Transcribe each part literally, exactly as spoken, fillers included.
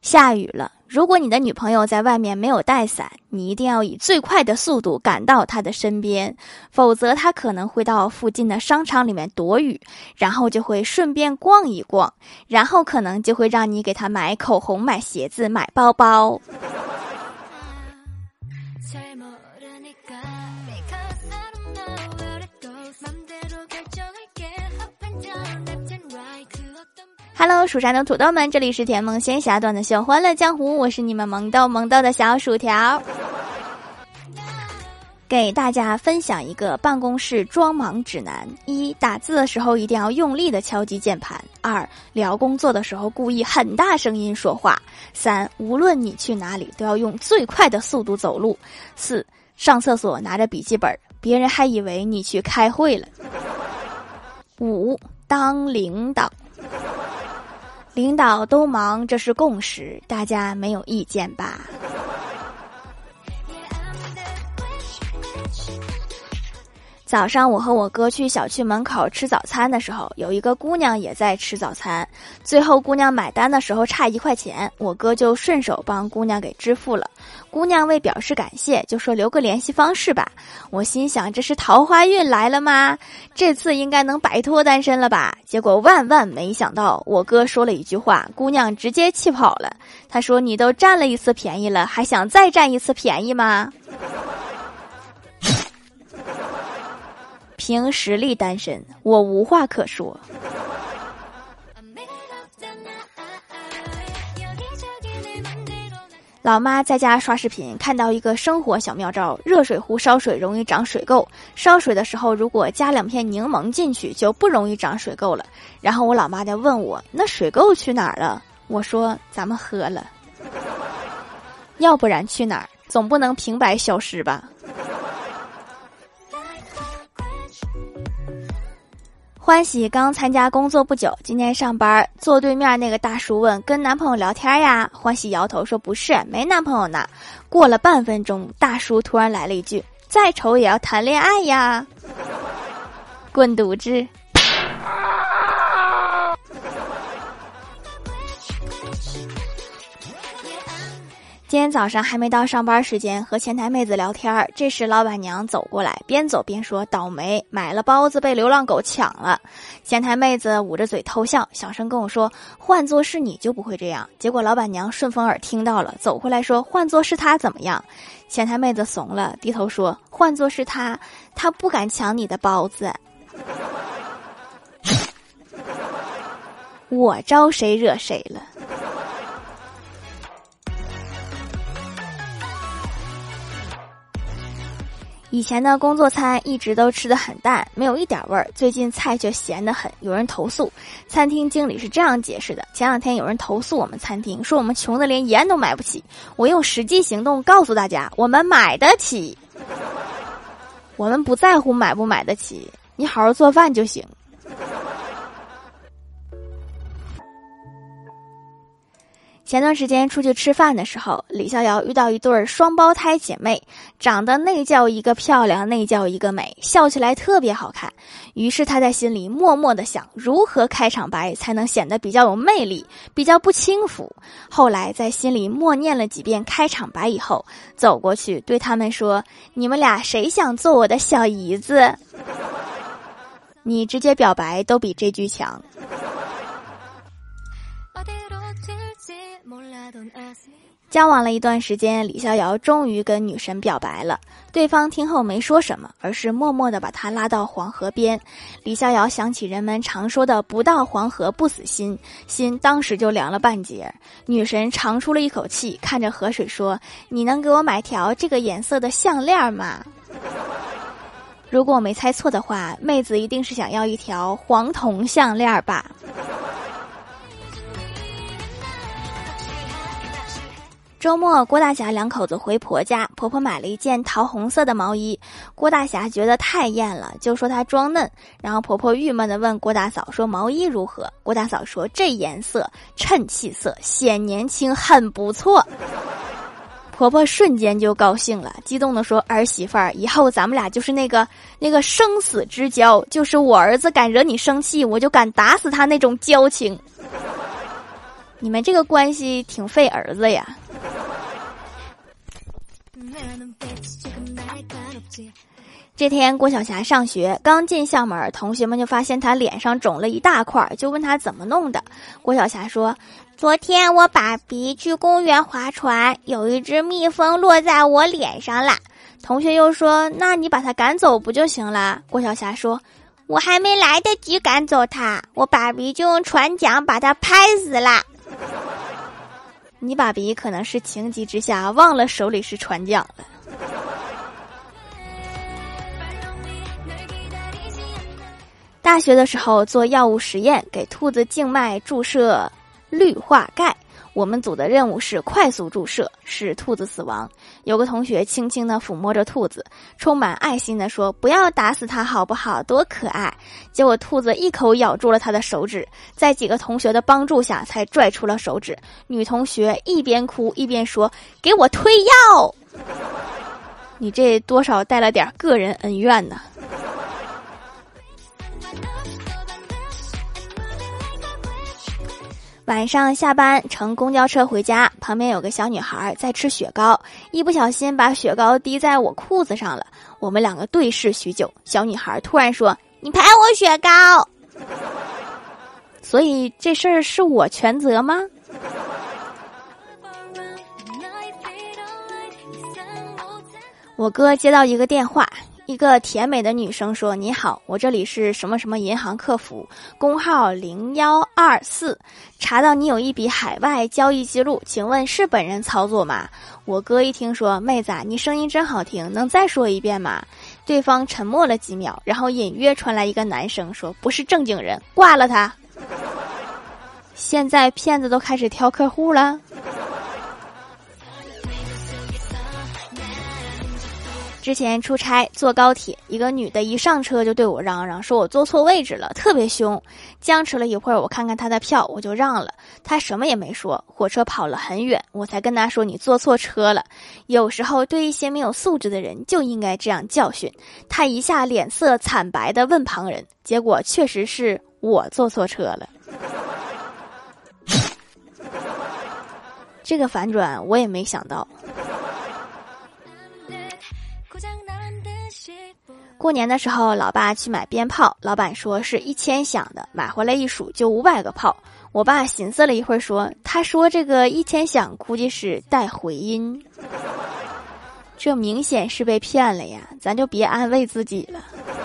下雨了，如果你的女朋友在外面没有带伞，你一定要以最快的速度赶到她的身边，否则她可能会到附近的商场里面躲雨，然后就会顺便逛一逛，然后可能就会让你给她买口红、买鞋子、买包包。Hello， 蜀山的土豆们，这里是甜梦仙侠段的秀欢乐江湖，我是你们萌豆萌豆的小薯条。给大家分享一个办公室装忙指南：一、打字的时候一定要用力的敲击键盘；二、聊工作的时候故意很大声音说话；三、无论你去哪里都要用最快的速度走路；四、上厕所拿着笔记本，别人还以为你去开会了；五、当领导。领导都忙，这是共识，大家没有意见吧？早上我和我哥去小区门口吃早餐的时候，有一个姑娘也在吃早餐，最后姑娘买单的时候差一块钱，我哥就顺手帮姑娘给支付了。姑娘为表示感谢，就说留个联系方式吧。我心想，这是桃花运来了吗？这次应该能摆脱单身了吧？结果万万没想到，我哥说了一句话，姑娘直接气跑了。他说，你都占了一次便宜了，还想再占一次便宜吗？凭实力单身，我无话可说。老妈在家刷视频，看到一个生活小妙招：热水壶烧水容易长水垢，烧水的时候如果加两片柠檬进去，就不容易长水垢了。然后我老妈就问我，那水垢去哪儿了？我说咱们喝了，要不然去哪儿？总不能平白消失吧。欢喜刚参加工作不久，今天上班，坐对面那个大叔问，跟男朋友聊天呀？欢喜摇头说不是，没男朋友呢。过了半分钟，大叔突然来了一句，再丑也要谈恋爱呀。滚犊子。今天早上还没到上班时间，和前台妹子聊天，这时老板娘走过来，边走边说，倒霉，买了包子被流浪狗抢了。前台妹子捂着嘴偷笑，小声跟我说，换作是你就不会这样。结果老板娘顺风耳听到了，走回来说，换作是他怎么样？前台妹子怂了，低头说，换作是他，他不敢抢你的包子。我招谁惹谁了？以前的工作餐一直都吃得很淡，没有一点味儿，最近菜却咸得很，有人投诉。餐厅经理是这样解释的，前两天有人投诉我们餐厅，说我们穷得连盐都买不起，我用实际行动告诉大家，我们买得起。我们不在乎买不买得起，你好好做饭就行。前段时间出去吃饭的时候，李逍遥遇到一对双胞胎姐妹，长得那叫一个漂亮，那叫一个美，笑起来特别好看。于是他在心里默默地想，如何开场白才能显得比较有魅力，比较不轻浮。后来在心里默念了几遍开场白以后，走过去对他们说，你们俩谁想做我的小姨子？你直接表白都比这句强。交往了一段时间，李逍遥终于跟女神表白了，对方听后没说什么，而是默默地把他拉到黄河边。李逍遥想起人们常说的不到黄河不死心，心当时就凉了半截。女神长出了一口气，看着河水说，你能给我买条这个颜色的项链吗？如果我没猜错的话，妹子一定是想要一条黄铜项链吧。周末，郭大侠两口子回婆家，婆婆买了一件桃红色的毛衣，郭大侠觉得太艳了，就说她装嫩，然后婆婆郁闷地问郭大嫂说毛衣如何？郭大嫂说这颜色衬气色，显年轻，很不错。婆婆瞬间就高兴了，激动地说，儿媳妇儿，以后咱们俩就是那个那个生死之交，就是我儿子敢惹你生气，我就敢打死他那种交情。 你们这个关系挺费儿子呀。这天郭晓霞上学，刚进校门，同学们就发现她脸上肿了一大块，就问她怎么弄的。郭晓霞说，昨天我爸比去公园划船，有一只蜜蜂落在我脸上了。同学又说，那你把它赶走不就行了？郭晓霞说，我还没来得及赶走它，我爸比就用船桨把它拍死了。你爸比可能是情急之下忘了手里是船桨了。大学的时候做药物实验，给兔子静脉注射氯化钙，我们组的任务是快速注射，使兔子死亡。有个同学轻轻地抚摸着兔子，充满爱心地说，不要打死它好不好，多可爱。结果兔子一口咬住了他的手指，在几个同学的帮助下才拽出了手指。女同学一边哭一边说，给我推药。你这多少带了点个人恩怨呢。晚上下班乘公交车回家，旁边有个小女孩在吃雪糕，一不小心把雪糕滴在我裤子上了。我们两个对视许久，小女孩突然说，你拍我雪糕。所以这事儿是我全责吗？我哥接到一个电话，一个甜美的女生说，你好，我这里是什么什么银行客服，工号零一二四，查到你有一笔海外交易记录，请问是本人操作吗？我哥一听说，妹子，你声音真好听，能再说一遍吗？对方沉默了几秒，然后隐约传来一个男生说，不是正经人，挂了他。现在骗子都开始挑客户了。之前出差坐高铁，一个女的一上车就对我嚷嚷，说我坐错位置了，特别凶。僵持了一会儿，我看看她的票，我就让了。她什么也没说。火车跑了很远，我才跟她说，你坐错车了。有时候对一些没有素质的人就应该这样教训。她一下脸色惨白地问旁人，结果确实是我坐错车了。这个反转我也没想到。过年的时候，老爸去买鞭炮，老板说是一千响的，买回来一数就五百个炮。我爸寻思了一会儿说，他说这个一千响估计是带回音，这明显是被骗了呀，咱就别安慰自己了。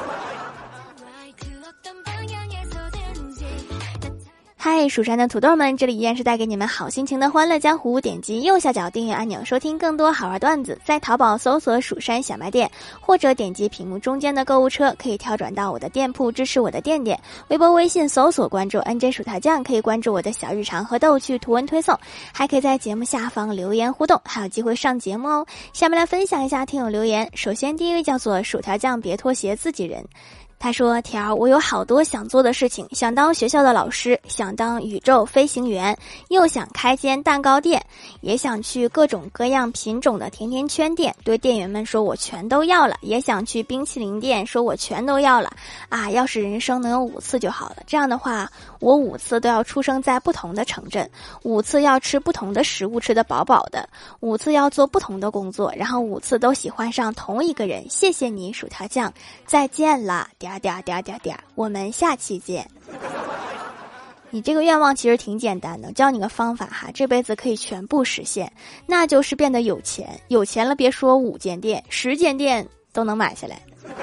嗨，蜀山的土豆们，这里依然是带给你们好心情的欢乐江湖。点击右下角订阅按钮，收听更多好玩段子。在淘宝搜索蜀山小卖店，或者点击屏幕中间的购物车，可以跳转到我的店铺，支持我的店店。微博微信搜索关注 N J 薯条酱，可以关注我的小日常和逗趣图文推送，还可以在节目下方留言互动，还有机会上节目哦。下面来分享一下听友留言。首先第一位叫做薯条酱别拖鞋自己人，他说，条，我有好多想做的事情，想当学校的老师，想当宇宙飞行员，又想开间蛋糕店，也想去各种各样品种的甜甜圈店，对店员们说我全都要了，也想去冰淇淋店，说我全都要了啊！要是人生能有五次就好了，这样的话我五次都要出生在不同的城镇，五次要吃不同的食物，吃得饱饱的，五次要做不同的工作，然后五次都喜欢上同一个人。谢谢你薯条酱，再见了，点点点点点，我们下期见。你这个愿望其实挺简单的，教你个方法哈，这辈子可以全部实现，那就是变得有钱。有钱了，别说五间店，十间店都能买下来。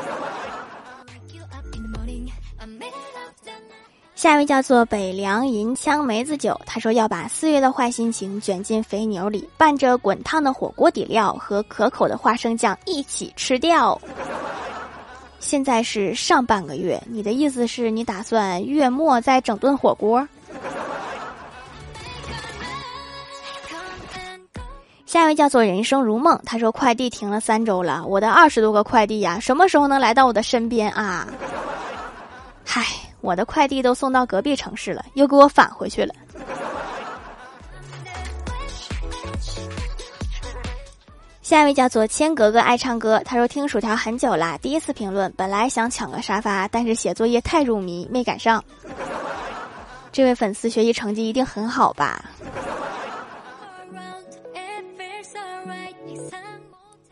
下一位叫做北凉银枪梅子酒，他说要把四月的坏心情卷进肥牛里，拌着滚烫的火锅底料和可口的花生酱一起吃掉。现在是上半个月，你的意思是你打算月末再整顿火锅？下一位叫做人生如梦，他说快递停了三周了，我的二十多个快递呀，什么时候能来到我的身边啊？嗨，我的快递都送到隔壁城市了，又给我返回去了。下一位叫做千格格爱唱歌，他说听薯条很久啦，第一次评论，本来想抢个沙发，但是写作业太入迷没赶上。这位粉丝学习成绩一定很好吧？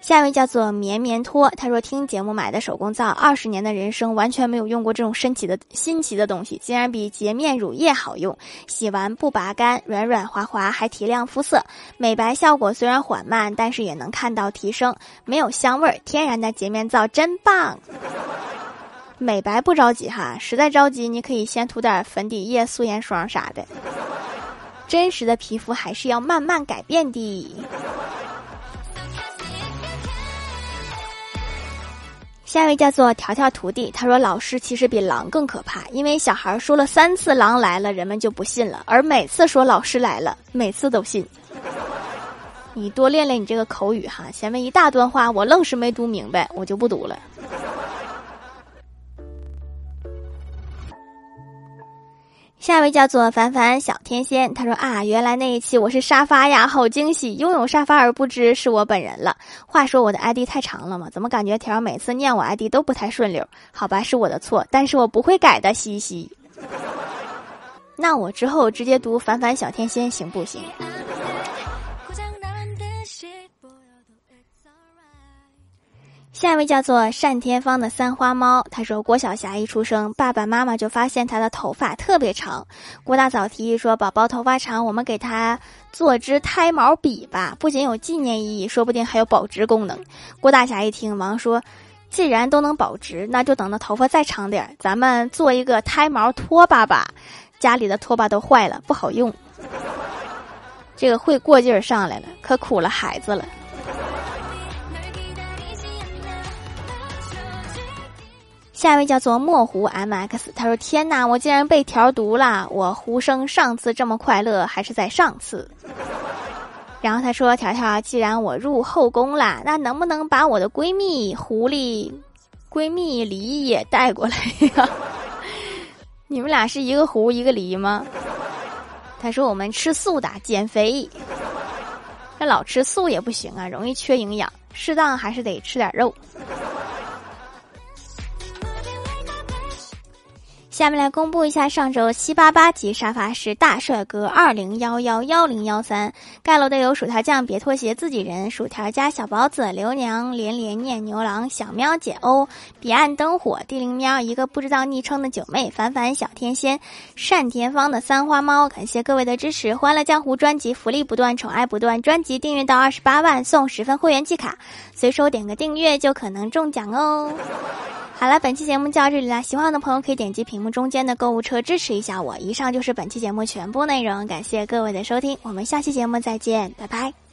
下一位叫做绵绵拖，他说听节目买的手工皂，二十年的人生完全没有用过这种神奇的新奇的东西，竟然比洁面乳液好用，洗完不拔干，软软滑滑，还提亮肤色，美白效果虽然缓慢，但是也能看到提升，没有香味儿，天然的洁面皂真棒。美白不着急哈，实在着急你可以先涂点粉底液、素颜霜啥的，真实的皮肤还是要慢慢改变的。下一位叫做条条徒弟，他说老师其实比狼更可怕，因为小孩说了三次狼来了，人们就不信了，而每次说老师来了，每次都信。你多练练你这个口语哈，前面一大段话我愣是没读明白，我就不读了。下一位叫做凡凡小天仙，他说啊，原来那一期我是沙发呀，好惊喜，拥有沙发而不知是我本人了。话说我的 I D 太长了吗？怎么感觉条每次念我 I D 都不太顺溜？好吧，是我的错，但是我不会改的，嘻嘻。那我之后直接读凡凡小天仙行不行？下一位叫做单天芳的三花猫，他说郭晓霞一出生，爸爸妈妈就发现她的头发特别长。郭大嫂提议说，宝宝头发长，我们给她做支胎毛笔吧，不仅有纪念意义，说不定还有保值功能。郭大侠一听忙说，既然都能保值，那就等到头发再长点，咱们做一个胎毛拖把吧。家里的拖把都坏了，不好用。这个会过劲儿上来了，可苦了孩子了。下一位叫做墨湖 M X， 他说天哪，我竟然被条毒了，我胡生上次这么快乐还是在上次。然后他说条条，既然我入后宫啦，那能不能把我的闺蜜狐狸闺蜜梨也带过来呀？你们俩是一个狐一个梨吗？他说我们吃素的减肥，那老吃素也不行啊，容易缺营养，适当还是得吃点肉。下面来公布一下上周七八八级沙发是大帅哥二零幺幺幺零幺三，盖楼的有薯条酱、别拖鞋、自己人、薯条加小包子、刘娘、连连念牛郎、小喵姐欧、彼岸灯火、地灵喵、一个不知道昵称的九妹、凡凡小天仙、单田芳的三花猫。感谢各位的支持，欢乐江湖专辑福利不断，宠爱不断，专辑订阅到二十八万送十份会员季卡，随手点个订阅就可能中奖哦。好了，本期节目就到这里啦，喜欢的朋友可以点击屏幕中间的购物车支持一下我。以上就是本期节目全部内容，感谢各位的收听，我们下期节目再见，拜拜。